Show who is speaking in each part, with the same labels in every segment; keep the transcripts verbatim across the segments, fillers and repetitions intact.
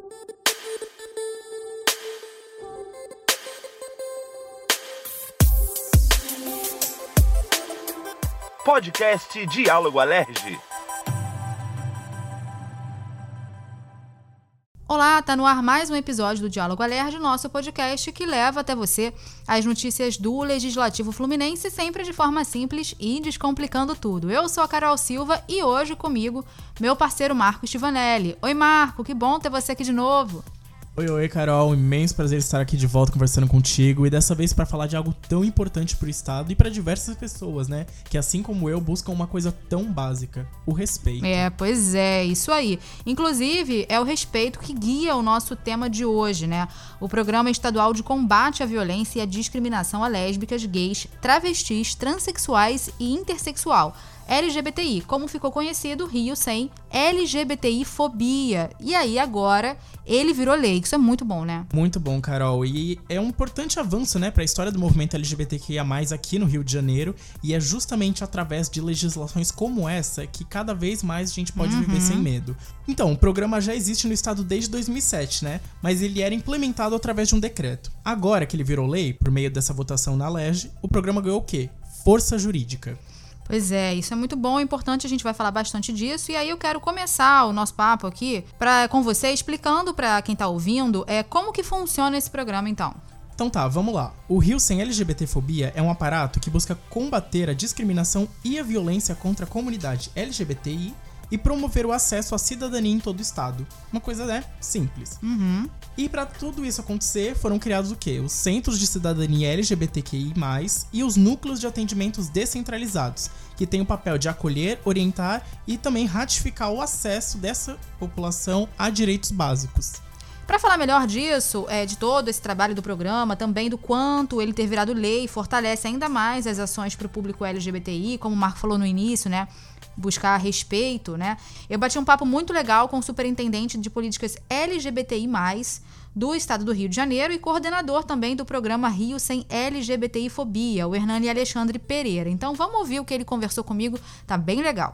Speaker 1: Podcast Diálogo Alerj.
Speaker 2: Olá, tá no ar mais um episódio do Diálogo Alerj, nosso podcast que leva até você as notícias do Legislativo Fluminense, sempre de forma simples e descomplicando tudo. Eu sou a Carol Silva e hoje comigo, meu parceiro Marco Stivanelli. Oi Marco, que bom ter você aqui de novo.
Speaker 3: Oi, oi, Carol. Um imenso prazer estar aqui de volta conversando contigo e dessa vez para falar de algo tão importante para o Estado e para diversas pessoas, né? Que assim como eu, buscam uma coisa tão básica, o respeito.
Speaker 2: É, pois é, isso aí. Inclusive, é o respeito que guia o nosso tema de hoje, né? O Programa Estadual de Combate à Violência e à Discriminação a Lésbicas, Gays, Travestis, Transsexuais e Intersexual. L G B T I, como ficou conhecido, Rio Sem L G B T I Fobia. E aí agora ele virou lei, isso é muito bom, né?
Speaker 3: Muito bom, Carol. E é um importante avanço, né, para a história do movimento L G B T Q I A mais, aqui no Rio de Janeiro. E é justamente através de legislações como essa que cada vez mais a gente pode uhum. viver sem medo. Então, o programa já existe no estado desde dois mil e sete, né? Mas ele era implementado através de um decreto. Agora que ele virou lei, por meio dessa votação na Alerj, o programa ganhou o quê? Força jurídica.
Speaker 2: Pois é, isso é muito bom, é importante, a gente vai falar bastante disso. E aí eu quero começar o nosso papo aqui pra, com você, explicando para quem tá ouvindo é, como que funciona esse programa, então.
Speaker 3: Então tá, vamos lá. O Rio Sem LGBTfobia é um aparato que busca combater a discriminação e a violência contra a comunidade L G B T I e promover o acesso à cidadania em todo o estado. Uma coisa, né, simples.
Speaker 2: Uhum.
Speaker 3: E para tudo isso acontecer, foram criados o quê? Os Centros de Cidadania L G B T Q I mais, e os Núcleos de Atendimentos Descentralizados, que têm o papel de acolher, orientar e também ratificar o acesso dessa população a direitos básicos.
Speaker 2: Para falar melhor disso, é, de todo esse trabalho do programa, também do quanto ele ter virado lei fortalece ainda mais as ações para o público L G B T I, como o Marco falou no início, né? Buscar respeito, né? Eu bati um papo muito legal com o superintendente de políticas L G B T I mais, do estado do Rio de Janeiro e coordenador também do programa Rio Sem L G B T I Fobia, o Hernani Alexandre Pereira. Então vamos ouvir o que ele conversou comigo, tá bem legal.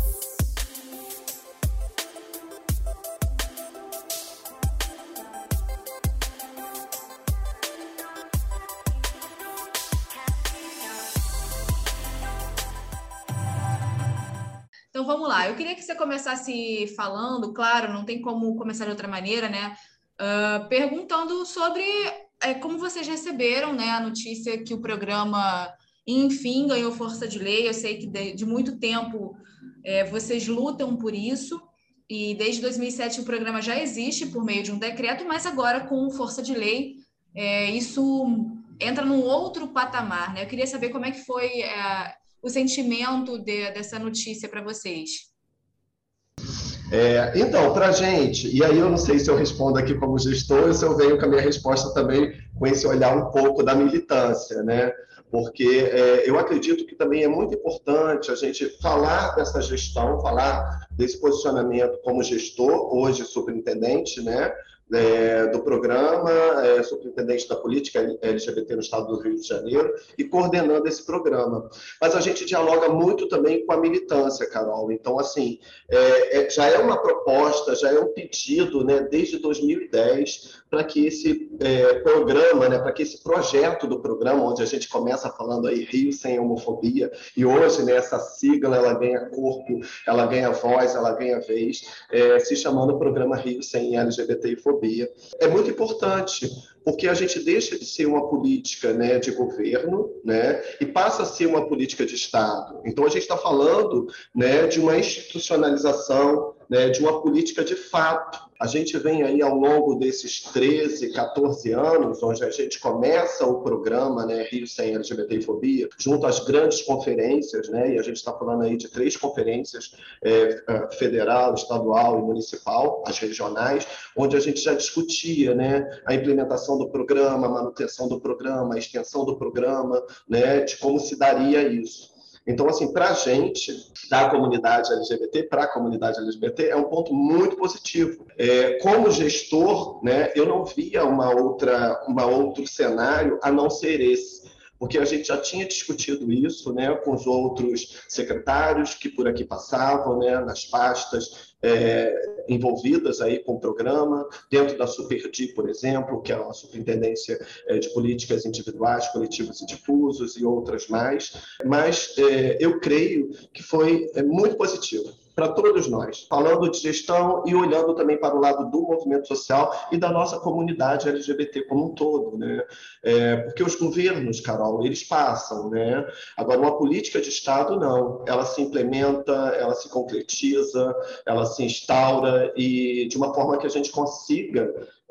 Speaker 2: Então vamos lá, eu queria que você começasse falando, claro, não tem como começar de outra maneira, né? Uh, perguntando sobre é, como vocês receberam, né, a notícia que o programa, enfim, ganhou força de lei. Eu sei que de, de muito tempo é, vocês lutam por isso, e desde dois mil e sete o programa já existe por meio de um decreto, mas agora com força de lei, é, isso entra num outro patamar, né? Eu queria saber como é que foi é, o sentimento de, dessa notícia para vocês.
Speaker 4: É, então, para a gente, e aí eu não sei se eu respondo aqui como gestor ou se eu venho com a minha resposta também com esse olhar um pouco da militância, né? Porque é, eu acredito que também é muito importante a gente falar dessa gestão, falar desse posicionamento como gestor, hoje superintendente, né? É, do programa, é, superintendente da política L G B T no estado do Rio de Janeiro e coordenando esse programa. Mas a gente dialoga muito também com a militância, Carol. Então, assim, é, é, já é uma proposta, já é um pedido, né, desde dois mil e dez, para que esse é, programa, né, para que esse projeto do programa, onde a gente começa falando aí Rio Sem Homofobia, e hoje, né, essa sigla, ela ganha corpo, ela ganha voz, ela ganha vez, é, se chamando Programa Rio Sem L G B T I Fobia. É muito importante, porque a gente deixa de ser uma política, né, de governo, né, e passa a ser uma política de Estado. Então, a gente está falando, né, de uma institucionalização, né, de uma política de fato. A gente vem aí ao longo desses treze, quatorze anos, onde a gente começa o programa, né, Rio Sem L G B T I Fobia, junto às grandes conferências, né, e a gente está falando aí de três conferências, é, federal, estadual e municipal, as regionais, onde a gente já discutia, né, a implementação do programa, a manutenção do programa, a extensão do programa, né, de como se daria isso. Então, assim, para a gente, da comunidade L G B T, para a comunidade L G B T, é um ponto muito positivo. É, como gestor, né, eu não via uma outra, uma outro cenário a não ser esse. Porque a gente já tinha discutido isso, né, com os outros secretários que por aqui passavam, né, nas pastas é, é, envolvidas aí com o programa, dentro da Superdi, por exemplo, que é a Superintendência é, de Políticas Individuais, Coletivos e Difusos e outras mais, mas é, eu creio que foi é, muito positivo para todos nós, falando de gestão e olhando também para o lado do movimento social e da nossa comunidade L G B T como um todo, né? É, porque os governos, Carol, eles passam, né? Agora, uma política de Estado, não. Ela se implementa, ela se concretiza, ela se instaura e de uma forma que a gente consiga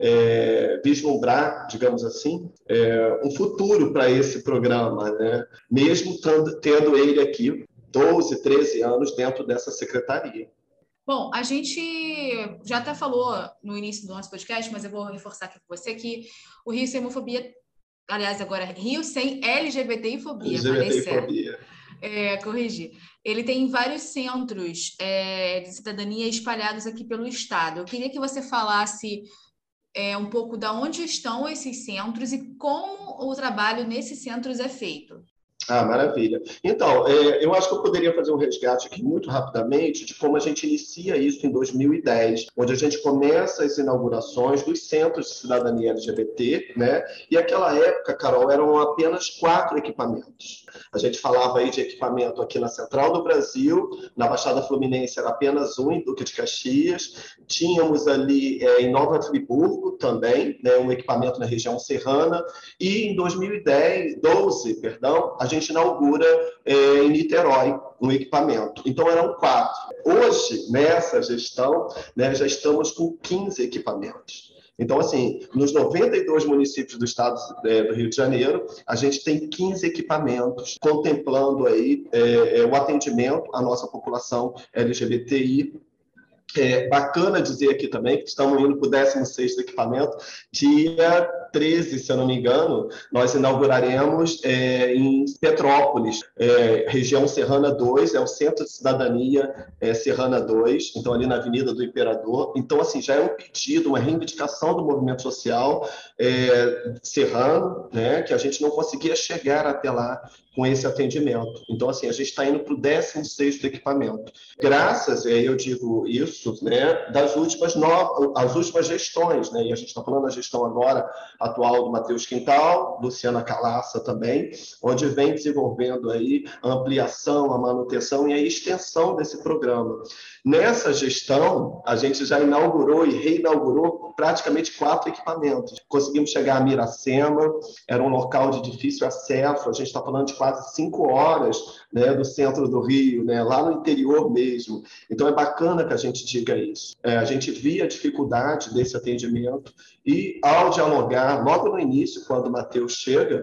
Speaker 4: É, vislumbrar, digamos assim, é, um futuro para esse programa, né? Mesmo tendo, tendo ele aqui doze, treze anos dentro dessa secretaria.
Speaker 2: Bom, a gente já até falou no início do nosso podcast, mas eu vou reforçar aqui com você que o Rio Sem Homofobia, aliás, agora Rio Sem L G B T I Fobia,
Speaker 4: L G B T I Fobia.
Speaker 2: É, corrigir. Ele tem vários centros é, de cidadania espalhados aqui pelo estado. Eu queria que você falasse é, um pouco de onde estão esses centros e como o trabalho nesses centros é feito.
Speaker 4: Ah, maravilha. Então, é, eu acho que eu poderia fazer um resgate aqui muito rapidamente de como a gente inicia isso em dois mil e dez, onde a gente começa as inaugurações dos centros de cidadania L G B T, né? E naquela época, Carol, eram apenas quatro equipamentos. A gente falava aí de equipamento aqui na Central do Brasil, na Baixada Fluminense era apenas um, em Duque de Caxias. Tínhamos ali é, em Nova Friburgo também, né, um equipamento na região serrana. E em dois mil e dez, doze, perdão, a gente inaugura é, em Niterói um equipamento. Então eram quatro. Hoje, nessa gestão, né, já estamos com quinze equipamentos. Então, assim, nos noventa e dois municípios do estado é, do Rio de Janeiro, a gente tem quinze equipamentos contemplando aí é, é, o atendimento à nossa população L G B T I. É bacana dizer aqui também que estamos indo para o décimo sexto equipamento. Dia treze, se eu não me engano, nós inauguraremos é, em Petrópolis, é, região Serrana dois, é o Centro de Cidadania é, Serrana dois, então ali na Avenida do Imperador. Então, assim, já é um pedido, uma reivindicação do movimento social é, serrano, né, que a gente não conseguia chegar até lá com esse atendimento. Então, assim, a gente está indo para o décimo sexto equipamento. Graças, eu digo isso, né, das últimas, no... as últimas gestões, né, e a gente está falando da gestão agora atual do Matheus Quintal, Luciana Calaça também, onde vem desenvolvendo aí a ampliação, a manutenção e a extensão desse programa. Nessa gestão, a gente já inaugurou e reinaugurou praticamente quatro equipamentos. Conseguimos chegar a Miracema, era um local de difícil acesso, a gente está falando de quase cinco horas, né, do centro do Rio, né, lá no interior mesmo. Então, é bacana que a gente diga isso. É, a gente via a dificuldade desse atendimento e, ao dialogar, logo no início, quando o Matheus chega,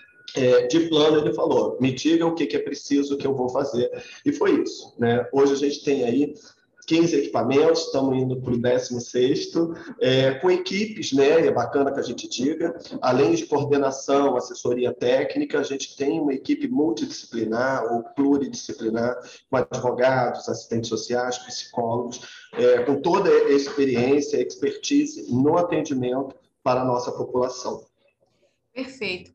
Speaker 4: É, de plano, ele falou, me diga o que, que é preciso que eu vou fazer. E foi isso, né? Hoje a gente tem aí quinze equipamentos, estamos indo para o décimo sexto, é, com equipes, né? É bacana que a gente diga, além de coordenação, assessoria técnica, a gente tem uma equipe multidisciplinar ou pluridisciplinar, com advogados, assistentes sociais, psicólogos, é, com toda a experiência, expertise no atendimento para a nossa população.
Speaker 2: Perfeito.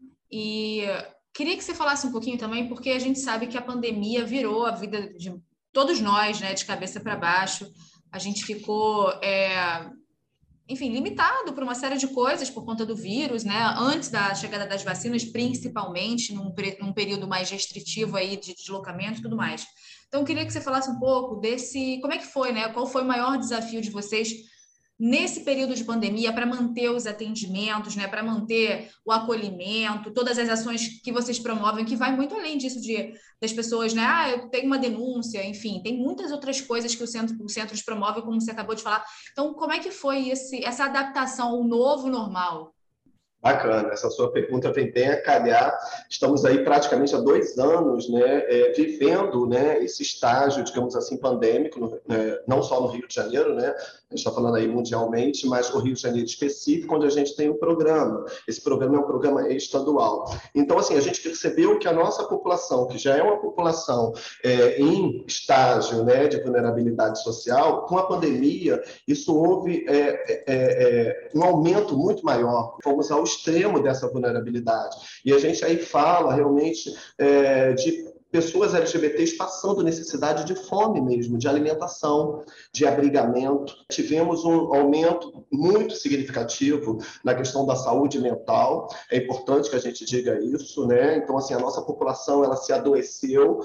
Speaker 2: E queria que você falasse um pouquinho também, porque a gente sabe que a pandemia virou a vida de todos nós, né, de cabeça para baixo. A gente ficou, é, enfim, limitado por uma série de coisas por conta do vírus, né, antes da chegada das vacinas, principalmente num, num período mais restritivo aí de deslocamento e tudo mais. Então, eu queria que você falasse um pouco desse, como é que foi, né, qual foi o maior desafio de vocês nesse período de pandemia para manter os atendimentos, né, para manter o acolhimento, todas as ações que vocês promovem, que vai muito além disso de das pessoas, né, ah, eu tenho uma denúncia, enfim, tem muitas outras coisas que o centro, o centro promove, como você acabou de falar. Então, como é que foi esse, essa adaptação ao novo normal?
Speaker 4: Bacana, essa sua pergunta vem bem a calhar. Estamos aí praticamente há dois anos, né, é, vivendo, né, esse estágio, digamos assim, pandêmico, no, né, não só no Rio de Janeiro, né, a gente está falando aí mundialmente, mas o Rio de Janeiro específico, onde a gente tem um programa. Esse programa é um programa estadual. Então, assim, a gente percebeu que a nossa população, que já é uma população é, em estágio, né, de vulnerabilidade social, com a pandemia, isso houve é, é, é, um aumento muito maior. Fomos ao extremo dessa vulnerabilidade. E a gente aí fala realmente é, de pessoas L G B T s passando necessidade de fome mesmo, de alimentação, de abrigamento. Tivemos um aumento muito significativo na questão da saúde mental, é importante que a gente diga isso, né? Então, assim, a nossa população, ela se adoeceu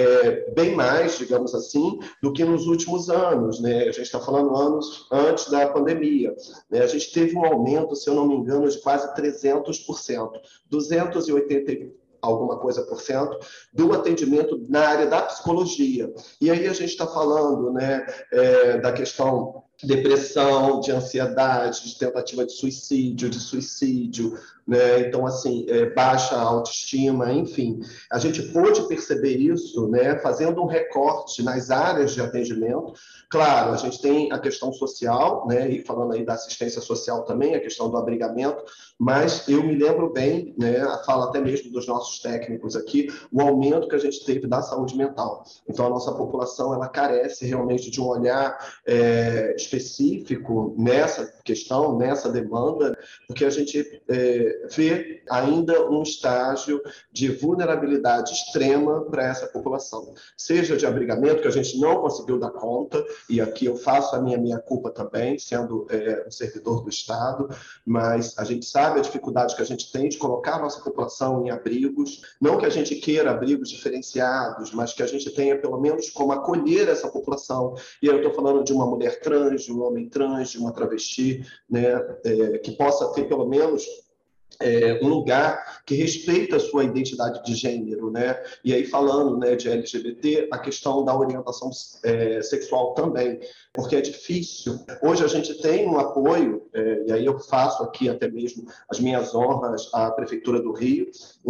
Speaker 4: é, bem mais, digamos assim, do que nos últimos anos, né? A gente está falando anos antes da pandemia, né? A gente teve um aumento, se eu não me engano, de quase trezentos por cento, duzentos e oitenta alguma coisa por cento, do atendimento na área da psicologia. E aí a gente está falando, né, é, da questão de depressão, de ansiedade, de tentativa de suicídio, de suicídio, né? Então, assim, é, baixa autoestima, enfim. A gente pôde perceber isso, né, fazendo um recorte nas áreas de atendimento. Claro, a gente tem a questão social, né, e falando aí da assistência social também, a questão do abrigamento, mas eu me lembro bem, né, a fala até mesmo dos nossos técnicos aqui, o aumento que a gente teve da saúde mental. Então, a nossa população, ela carece realmente de um olhar é, específico nessa questão, nessa demanda, porque a gente é, vê ainda um estágio de vulnerabilidade extrema para essa população, seja de abrigamento, que a gente não conseguiu dar conta, e aqui eu faço a minha, minha culpa também, sendo é, um servidor do Estado, mas a gente sabe a dificuldade que a gente tem de colocar a nossa população em abrigos, não que a gente queira abrigos diferenciados, mas que a gente tenha pelo menos como acolher essa população. E aí eu estou falando de uma mulher trans, de um homem trans, de uma travesti, né, é, que possa ter pelo menos É, um lugar que respeita a sua identidade de gênero, né? E aí falando, né, de L G B T, a questão da orientação é, sexual também, porque é difícil. Hoje a gente tem um apoio, é, e aí eu faço aqui até mesmo as minhas honras à Prefeitura do Rio,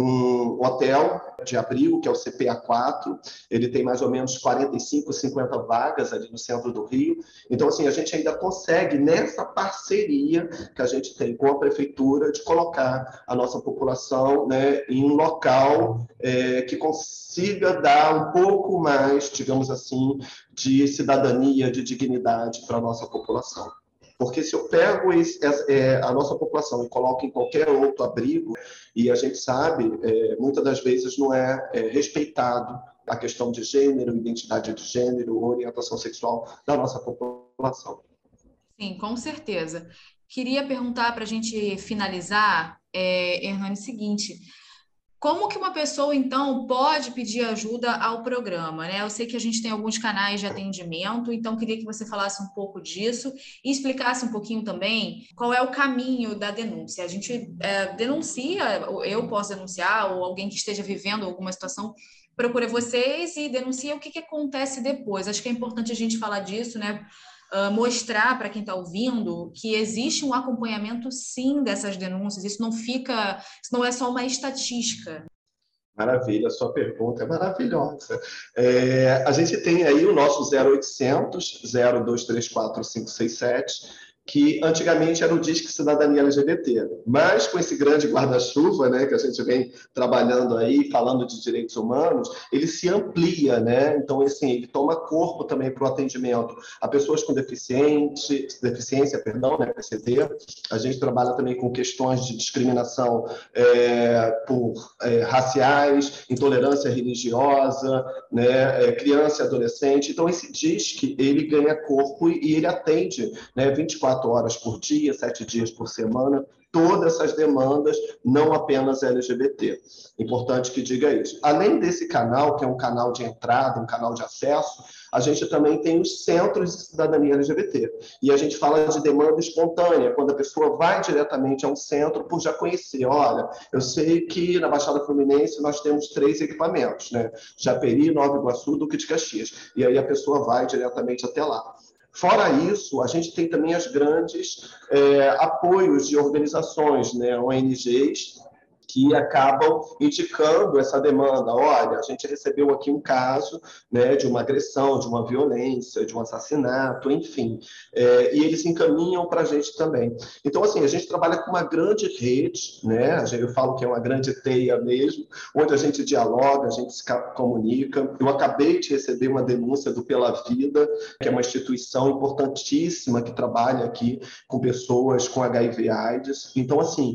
Speaker 4: um hotel de abrigo, que é o C P A quatro, ele tem mais ou menos quarenta e cinco, cinquenta vagas ali no centro do Rio. Então, assim, a gente ainda consegue, nessa parceria que a gente tem com a Prefeitura, de colocar a nossa população, né, em um local é, que consiga dar um pouco mais, digamos assim, de cidadania, de dignidade para a nossa população. Porque se eu pego esse, é, a nossa população e coloco em qualquer outro abrigo, e a gente sabe, é, muitas das vezes não é, é respeitado a questão de gênero, identidade de gênero, orientação sexual da nossa população.
Speaker 2: Sim, com certeza. Queria perguntar para a gente finalizar, é, Hernani, o seguinte: como que uma pessoa, então, pode pedir ajuda ao programa, né? Eu sei que a gente tem alguns canais de atendimento, então queria que você falasse um pouco disso e explicasse um pouquinho também qual é o caminho da denúncia. A gente é, denuncia, eu posso denunciar, ou alguém que esteja vivendo alguma situação procura vocês e denuncia o que, que acontece depois. Acho que é importante a gente falar disso, né? Uh, mostrar para quem está ouvindo que existe um acompanhamento, sim, dessas denúncias. Isso não fica, isso não é só uma estatística.
Speaker 4: Maravilha, a sua pergunta é maravilhosa. É, a gente tem aí o nosso zero oitocentos, zero dois três quatro cinco seis sete, que antigamente era o Disque Cidadania L G B T, mas com esse grande guarda-chuva, né, que a gente vem trabalhando aí, falando de direitos humanos, ele se amplia, né? Então, assim, ele toma corpo também para o atendimento a pessoas com deficiente, deficiência, perdão, né, P C D. A gente trabalha também com questões de discriminação é, por é, raciais, intolerância religiosa, né, é, criança e adolescente. Então, esse Disque, ele ganha corpo e ele atende, né, vinte e quatro horas por dia, sete dias por semana, todas essas demandas, não apenas L G B T. Importante que diga isso. Além desse canal, que é um canal de entrada, um canal de acesso, a gente também tem os centros de cidadania L G B T. E a gente fala de demanda espontânea, quando a pessoa vai diretamente a um centro por já conhecer. Olha, eu sei que na Baixada Fluminense nós temos três equipamentos, né? Japeri, Nova Iguaçu, Duque de Caxias. E aí a pessoa vai diretamente até lá. Fora isso, a gente tem também as grandes é, apoios de organizações, né, O N Gs, que acabam indicando essa demanda. Olha, a gente recebeu aqui um caso, né, de uma agressão, de uma violência, de um assassinato, enfim. É, e eles encaminham para a gente também. Então, assim, a gente trabalha com uma grande rede, né? Eu falo que é uma grande teia mesmo, onde a gente dialoga, a gente se comunica. Eu acabei de receber uma denúncia do Pela Vida, que é uma instituição importantíssima que trabalha aqui com pessoas com H I V AIDS. Então, assim,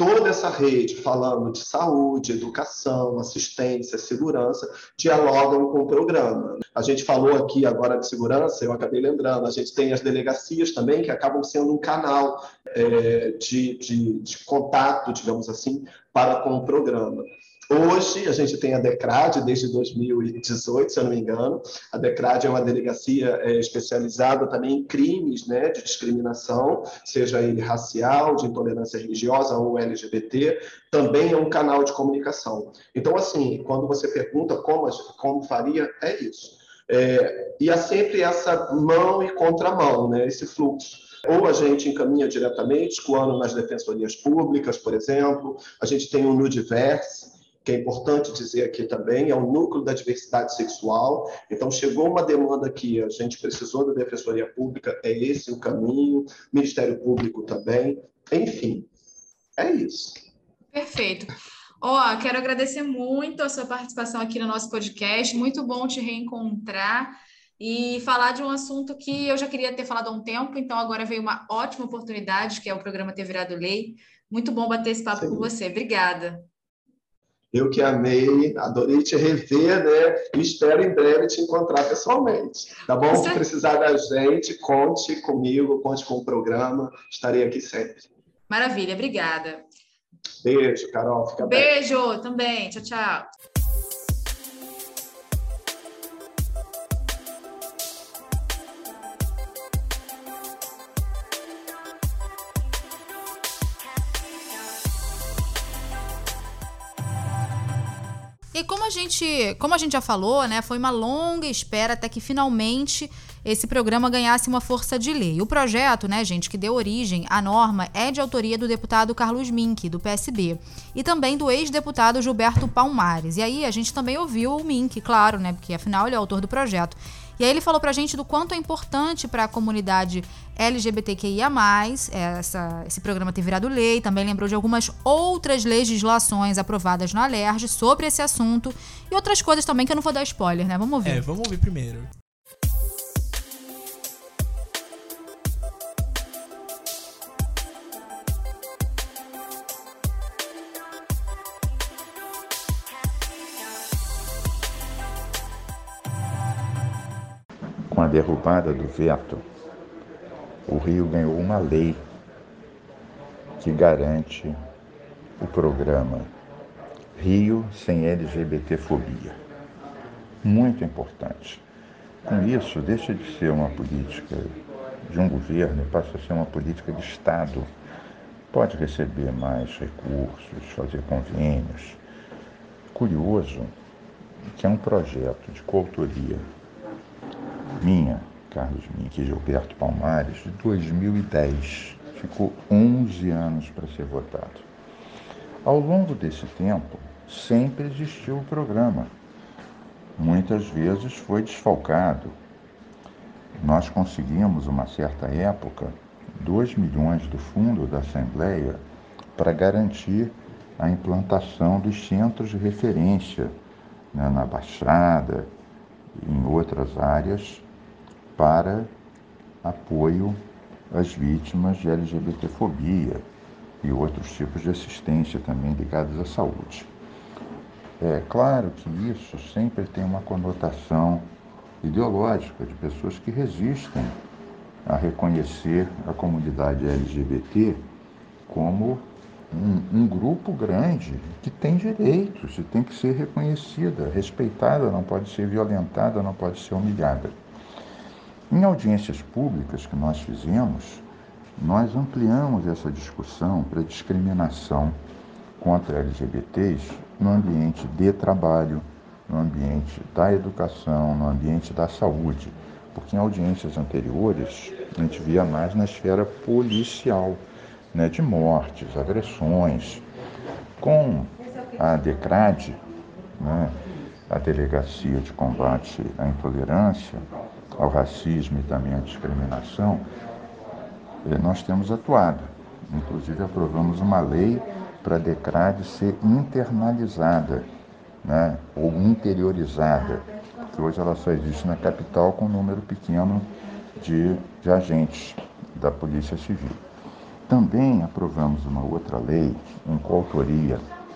Speaker 4: toda essa rede, falando de saúde, educação, assistência, segurança, dialogam com o programa. A gente falou aqui agora de segurança, eu acabei lembrando, a gente tem as delegacias também, que acabam sendo um canal é, de, de, de contato, digamos assim, para com o programa. Hoje, a gente tem a DECRAD, desde dois mil e dezoito, se eu não me engano. A DECRAD é uma delegacia é, especializada também em crimes, né, de discriminação, seja ele racial, de intolerância religiosa ou L G B T. Também é um canal de comunicação. Então, assim, quando você pergunta como, como faria, é isso. É, e há sempre essa mão e contramão, né, esse fluxo. Ou a gente encaminha diretamente, escoando nas defensorias públicas, por exemplo. A gente tem o Nudiverse, que é importante dizer aqui também, é o núcleo da diversidade sexual. Então, chegou uma demanda aqui, a gente precisou da Defensoria Pública, é esse o caminho, Ministério Público também, enfim, é isso.
Speaker 2: Perfeito. Ó, quero agradecer muito a sua participação aqui no nosso podcast, muito bom te reencontrar e falar de um assunto que eu já queria ter falado há um tempo, então agora veio uma ótima oportunidade, que é o programa Ter Virado Lei. Muito bom bater esse papo Sim. com você. Obrigada.
Speaker 4: Eu que amei, adorei te rever, né? E espero em breve te encontrar pessoalmente. Tá bom? Se precisar da gente, conte comigo, conte com o programa. Estarei aqui sempre.
Speaker 2: Maravilha, obrigada.
Speaker 4: Beijo, Carol. Fica
Speaker 2: Beijo
Speaker 4: bem.
Speaker 2: Beijo também. Tchau, tchau. E como a gente, como a gente já falou, né, foi uma longa espera até que finalmente esse programa ganhasse uma força de lei. O projeto, né, gente, que deu origem à norma é de autoria do deputado Carlos Mink, do P S B, e também do ex-deputado Gilberto Palmares. E aí a gente também ouviu o Mink, claro, né, porque afinal ele é autor do projeto. E aí ele falou pra gente do quanto é importante para a comunidade L G B T Q I A mais, essa, esse programa ter virado lei. Também lembrou de algumas outras legislações aprovadas no Alerj sobre esse assunto e outras coisas também que eu não vou dar spoiler, né? Vamos ouvir.
Speaker 3: É, vamos ouvir primeiro.
Speaker 5: Com a derrubada do veto, o Rio ganhou uma lei que garante o programa Rio Sem L G B T Fobia. Muito importante. Com isso, deixa de ser uma política de um governo e passa a ser uma política de Estado. Pode receber mais recursos, fazer convênios. Curioso que é um projeto de coautoria minha, Carlos Mink e Gilberto Palmares, de dois mil e dez. Ficou onze anos para ser votado. Ao longo desse tempo, sempre existiu o programa. Muitas vezes foi desfalcado. Nós conseguimos, uma certa época, dois milhões do fundo da Assembleia para garantir a implantação dos centros de referência, né, na Baixada, em outras áreas, para apoio às vítimas de L G B T fobia e outros tipos de assistência também ligados à saúde. É claro que isso sempre tem uma conotação ideológica de pessoas que resistem a reconhecer a comunidade L G B T como um, um grupo grande que tem direitos e tem que ser reconhecida, respeitada, não pode ser violentada, não pode ser humilhada. Em audiências públicas que nós fizemos, nós ampliamos essa discussão para discriminação contra L G B Ts no ambiente de trabalho, no ambiente da educação, no ambiente da saúde, porque em audiências anteriores a gente via mais na esfera policial, né, de mortes, agressões. Com a DECRAD, né, a Delegacia de Combate à Intolerância, ao Racismo e também à Discriminação, nós temos atuado. Inclusive aprovamos uma lei para a DECRAD ser internalizada, né, ou interiorizada, porque hoje ela só existe na capital com um número pequeno de, de agentes da Polícia Civil. Também aprovamos uma outra lei, em coautoria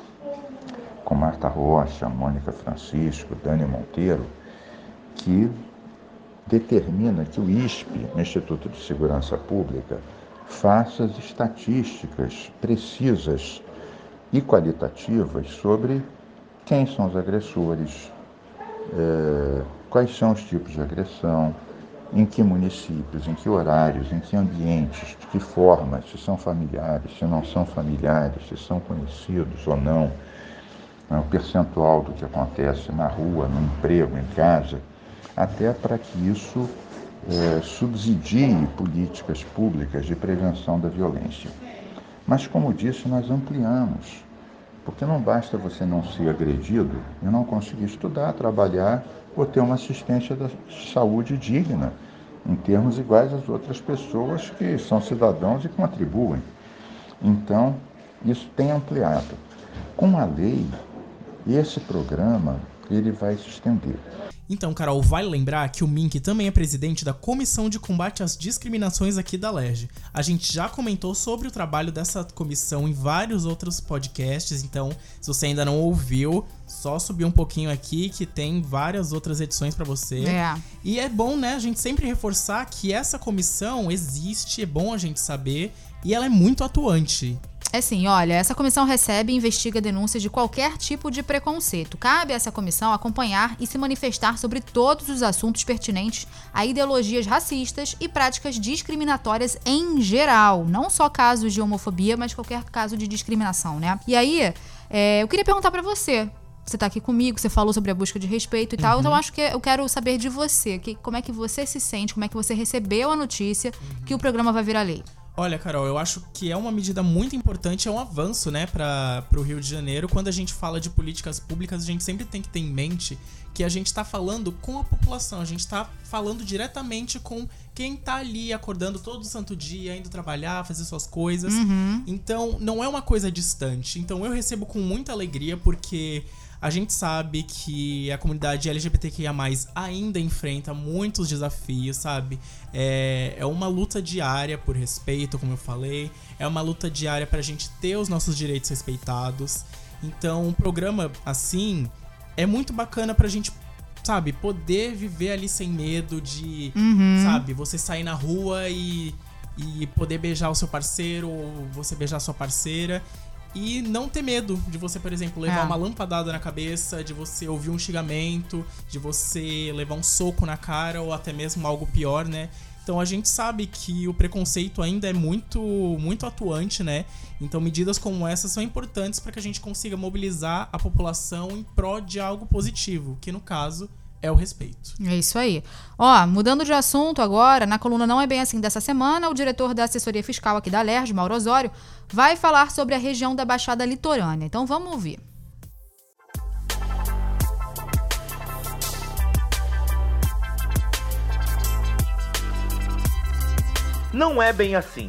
Speaker 5: com Marta Rocha, Mônica Francisco, Dani Monteiro, que determina que o I S P, o Instituto de Segurança Pública, faça as estatísticas precisas e qualitativas sobre quem são os agressores, é, quais são os tipos de agressão, em que municípios, em que horários, em que ambientes, de que forma, se são familiares, se não são familiares, se são conhecidos ou não, o percentual do que acontece na rua, no emprego, em casa, até para que isso é, subsidie políticas públicas de prevenção da violência. Mas, como disse, nós ampliamos, porque não basta você não ser agredido e não conseguir estudar, trabalhar ou ter uma assistência da saúde digna, em termos iguais às outras pessoas que são cidadãos e contribuem. Então, isso tem ampliado. Com a lei, esse programa ele vai se estender.
Speaker 3: Então, Carol, vale lembrar que o Mink também é presidente da Comissão de Combate às Discriminações aqui da Alerj. A gente já comentou sobre o trabalho dessa comissão em vários outros podcasts, então, se você ainda não ouviu, só subir um pouquinho aqui que tem várias outras edições para você.
Speaker 2: É.
Speaker 3: E é bom, né, a gente sempre reforçar que essa comissão existe, é bom a gente saber, e ela é muito atuante.
Speaker 2: É sim, olha, essa comissão recebe e investiga denúncias de qualquer tipo de preconceito. Cabe a essa comissão acompanhar e se manifestar sobre todos os assuntos pertinentes a ideologias racistas e práticas discriminatórias em geral. Não só casos de homofobia, mas qualquer caso de discriminação, né? E aí, é, eu queria perguntar pra você. Você tá aqui comigo, você falou sobre a busca de respeito e tal, uhum. Então acho que eu quero saber de você, que, como é que você se sente, como é que você recebeu a notícia uhum. que o programa vai virar lei.
Speaker 3: Olha, Carol, eu acho que é uma medida muito importante, é um avanço, né, para o Rio de Janeiro. Quando a gente fala de políticas públicas, a gente sempre tem que ter em mente que a gente está falando com a população, a gente está falando diretamente com quem tá ali acordando todo santo dia, indo trabalhar, fazer suas coisas. Uhum. Então, não é uma coisa distante. Então, eu recebo com muita alegria porque a gente sabe que a comunidade L G B T Q I A mais, ainda enfrenta muitos desafios, sabe? É, é uma luta diária por respeito, como eu falei. É uma luta diária pra gente ter os nossos direitos respeitados. Então, um programa assim é muito bacana pra gente, sabe, poder viver ali sem medo de, uhum. sabe, você sair na rua e, e poder beijar o seu parceiro ou você beijar a sua parceira. E não ter medo de você, por exemplo, levar é. uma lampadada na cabeça, de você ouvir um xingamento, de você levar um soco na cara ou até mesmo algo pior, né? Então a gente sabe que o preconceito ainda é muito, muito atuante, né? Então medidas como essas são importantes para que a gente consiga mobilizar a população em prol de algo positivo, que no caso é o respeito.
Speaker 2: É isso aí. Ó, mudando de assunto agora, na coluna Não É Bem Assim dessa semana, o diretor da assessoria fiscal aqui da Alerj, Mauro Osório, vai falar sobre a região da Baixada Litorânea. Então vamos ouvir.
Speaker 1: Não é bem assim.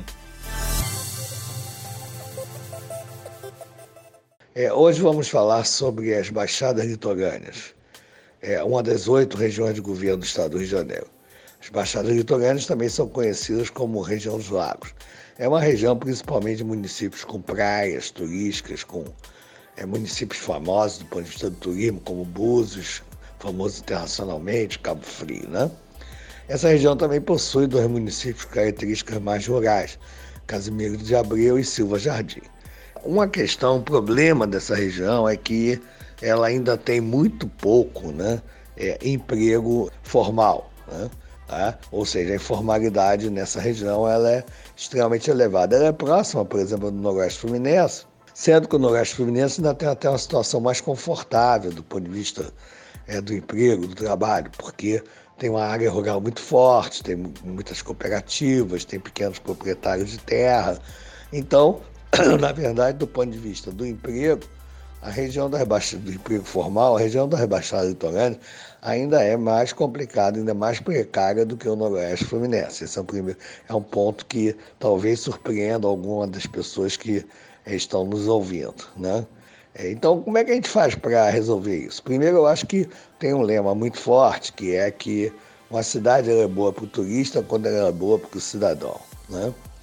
Speaker 6: É, hoje vamos falar sobre as Baixadas Litorâneas. É uma das oito regiões de governo do estado do Rio de Janeiro. As Baixadas Litorâneas também são conhecidas como região dos lagos. É uma região principalmente de municípios com praias turísticas, com é, municípios famosos do ponto de vista do turismo, como Búzios, famoso internacionalmente, Cabo Frio, né? Essa região também possui dois municípios com características mais rurais, Casimiro de Abreu e Silva Jardim. Uma questão, um problema dessa região é que ela ainda tem muito pouco, né, é, emprego formal, né, tá? Ou seja, a informalidade nessa região ela é extremamente elevada. Ela é próxima, por exemplo, do Noroeste Fluminense, sendo que o Noroeste Fluminense ainda tem até uma situação mais confortável do ponto de vista é, do emprego, do trabalho, porque tem uma área rural muito forte, tem muitas cooperativas, tem pequenos proprietários de terra. Então, na verdade, do ponto de vista do emprego, a região das baixadas, do emprego formal, a região das Baixadas Litorâneas ainda é mais complicada, ainda mais precária do que o Noroeste Fluminense. Esse é, o primeiro, é um ponto que talvez surpreenda alguma das pessoas que estão nos ouvindo, né? Então, como é que a gente faz para resolver isso? Primeiro, eu acho que tem um lema muito forte, que é que uma cidade ela é boa para o turista quando ela é boa para o cidadão, né?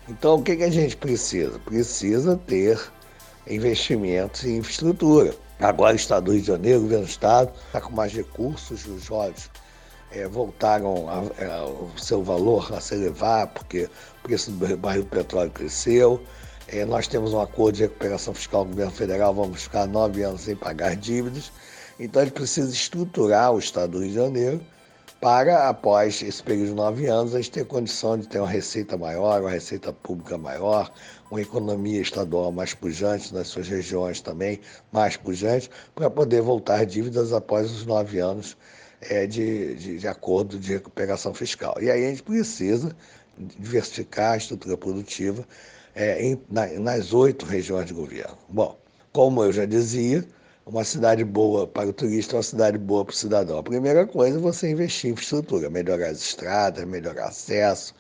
Speaker 6: Então, o que, que a gente precisa? Precisa ter investimentos em infraestrutura. Agora, o Estado do Rio de Janeiro, o governo do Estado, está com mais recursos, os olhos é, voltaram a, a, o seu valor a se elevar, porque o preço do barril do petróleo cresceu. É, nós temos um acordo de recuperação fiscal com o governo federal, vamos ficar nove anos sem pagar dívidas. Então, a gente precisa estruturar o Estado do Rio de Janeiro para, após esse período de nove anos, a gente ter condição de ter uma receita maior, uma receita pública maior, uma economia estadual mais pujante, nas suas regiões também mais pujante, para poder voltar dívidas após os nove anos é, de, de, de acordo de recuperação fiscal. E aí a gente precisa diversificar a estrutura produtiva é, em, na, nas oito regiões de governo. Bom, como eu já dizia, uma cidade boa para o turista é uma cidade boa para o cidadão. A primeira coisa é você investir em infraestrutura, melhorar as estradas, melhorar acesso,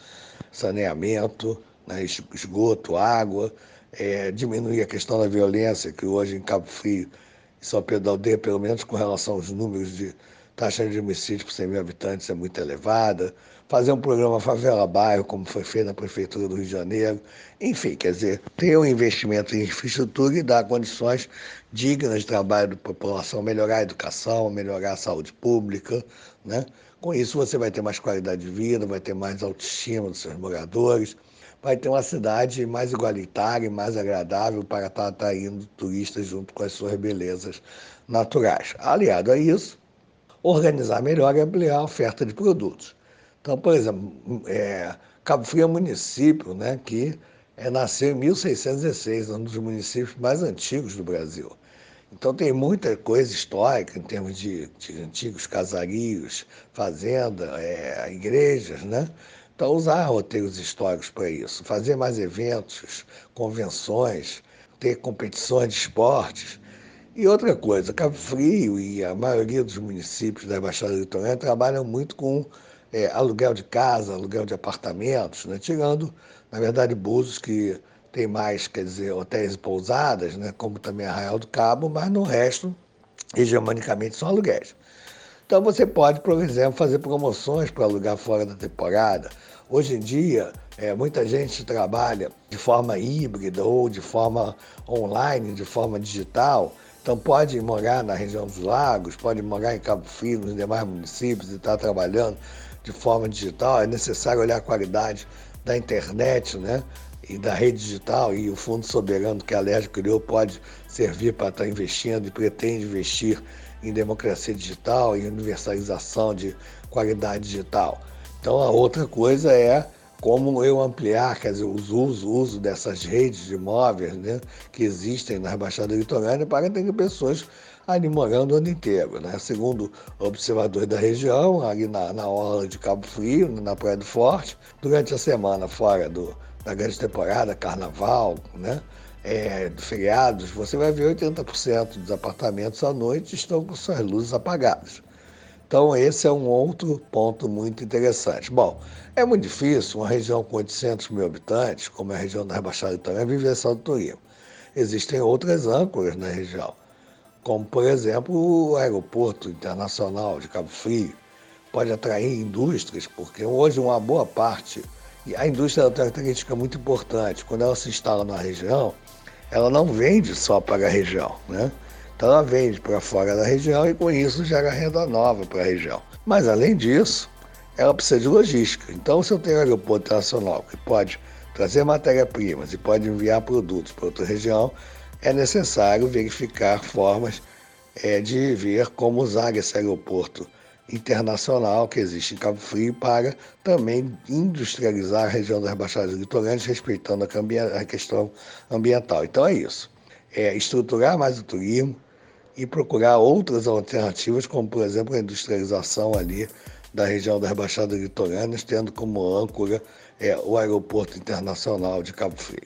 Speaker 6: saneamento, né, esgoto, água, é, diminuir a questão da violência, que hoje em Cabo Frio e São Pedro da Aldeia, pelo menos com relação aos números de taxa de homicídio por cem mil habitantes, é muito elevada. Fazer um programa favela-bairro, como foi feito na Prefeitura do Rio de Janeiro. Enfim, quer dizer, ter um investimento em infraestrutura e dar condições dignas de trabalho da população, melhorar a educação, melhorar a saúde pública, né? Com isso você vai ter mais qualidade de vida, vai ter mais autoestima dos seus moradores, vai ter uma cidade mais igualitária e mais agradável para estar atraindo turistas junto com as suas belezas naturais. Aliado a isso, organizar melhor e ampliar a oferta de produtos. Então, por exemplo, é, Cabo Frio é um município, né, que é, nasceu em mil seiscentos e dezesseis, um dos municípios mais antigos do Brasil. Então tem muita coisa histórica em termos de, de antigos casarios, fazenda, é, igrejas, né? Então usar roteiros históricos para isso, fazer mais eventos, convenções, ter competições de esportes. E outra coisa, Cabo Frio e a maioria dos municípios da Baixada Litorânea trabalham muito com é, aluguel de casa, aluguel de apartamentos, né? Tirando, na verdade, Búzios, que tem mais, quer dizer, hotéis e pousadas, né? Como também Arraial do Cabo, mas no resto, hegemonicamente, são aluguéis. Então você pode, por exemplo, fazer promoções para alugar fora da temporada. Hoje em dia, é, muita gente trabalha de forma híbrida ou de forma online, de forma digital. Então pode morar na região dos lagos, pode morar em Cabo Frio, nos demais municípios e estar trabalhando de forma digital. É necessário olhar a qualidade da internet, né, e da rede digital, e o Fundo Soberano que a Alerj criou pode servir para estar investindo e pretende investir em democracia digital e universalização de qualidade digital. Então a outra coisa é como eu ampliar, quer dizer, o uso, o uso dessas redes de imóveis, né, que existem nas Baixadas Litorâneas para ter pessoas ali morando o ano inteiro, né? Segundo observadores da região, ali na, na orla de Cabo Frio, na Praia do Forte, durante a semana fora do, da grande temporada, carnaval, né, é, de feriados, você vai ver oitenta por cento dos apartamentos à noite estão com suas luzes apagadas. Então esse é um outro ponto muito interessante. Bom, é muito difícil uma região com oitocentos mil habitantes, como é a região das Baixadas Litorâneas, viver só do turismo. Existem outras âncoras na região, como, por exemplo, o Aeroporto Internacional de Cabo Frio. Pode atrair indústrias, porque hoje uma boa parte, e a indústria tem uma característica muito importante, quando ela se instala na região, ela não vende só para a região, né? Então ela vende para fora da região e com isso gera renda nova para a região. Mas além disso, ela precisa de logística. Então se eu tenho um aeroporto internacional que pode trazer matéria-primas e pode enviar produtos para outra região, é necessário verificar formas é, de ver como usar esse aeroporto internacional que existe em Cabo Frio para também industrializar a região das Baixadas Litorâneas, respeitando a questão ambiental. Então é isso, é estruturar mais o turismo e procurar outras alternativas, como por exemplo a industrialização ali da região das Baixadas Litorâneas, tendo como âncora é, o Aeroporto Internacional de Cabo Frio.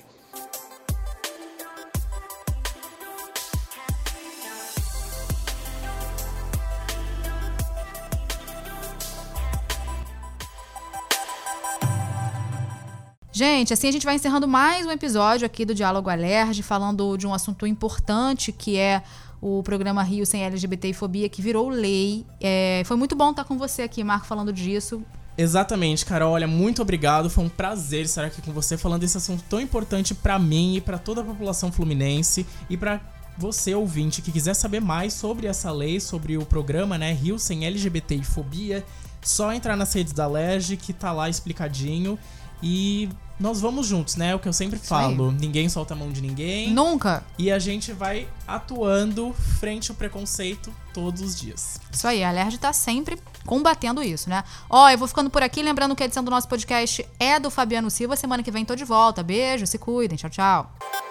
Speaker 2: Gente, assim a gente vai encerrando mais um episódio aqui do Diálogo Alerj, falando de um assunto importante que é o programa Rio Sem L G B T e Fobia, que virou lei. É, foi muito bom estar com você aqui, Marco, falando disso.
Speaker 3: Exatamente, Carol. Olha, muito obrigado. Foi um prazer estar aqui com você falando desse assunto tão importante pra mim e pra toda a população fluminense e pra você, ouvinte, que quiser saber mais sobre essa lei, sobre o programa, né, Rio Sem L G B T Fobia, só entrar nas redes da L E G, que tá lá explicadinho. E nós vamos juntos, né? O que eu sempre
Speaker 7: Isso
Speaker 3: falo.
Speaker 7: aí.
Speaker 3: Ninguém solta a mão de ninguém.
Speaker 7: Nunca.
Speaker 3: E a gente vai atuando frente ao preconceito todos os dias.
Speaker 7: Isso aí, a L E R J tá sempre combatendo isso, né? Ó, eu vou ficando por aqui, lembrando que a edição do nosso podcast é do Fabiano Silva. Semana que vem tô de volta. Beijo, se cuidem. Tchau, tchau.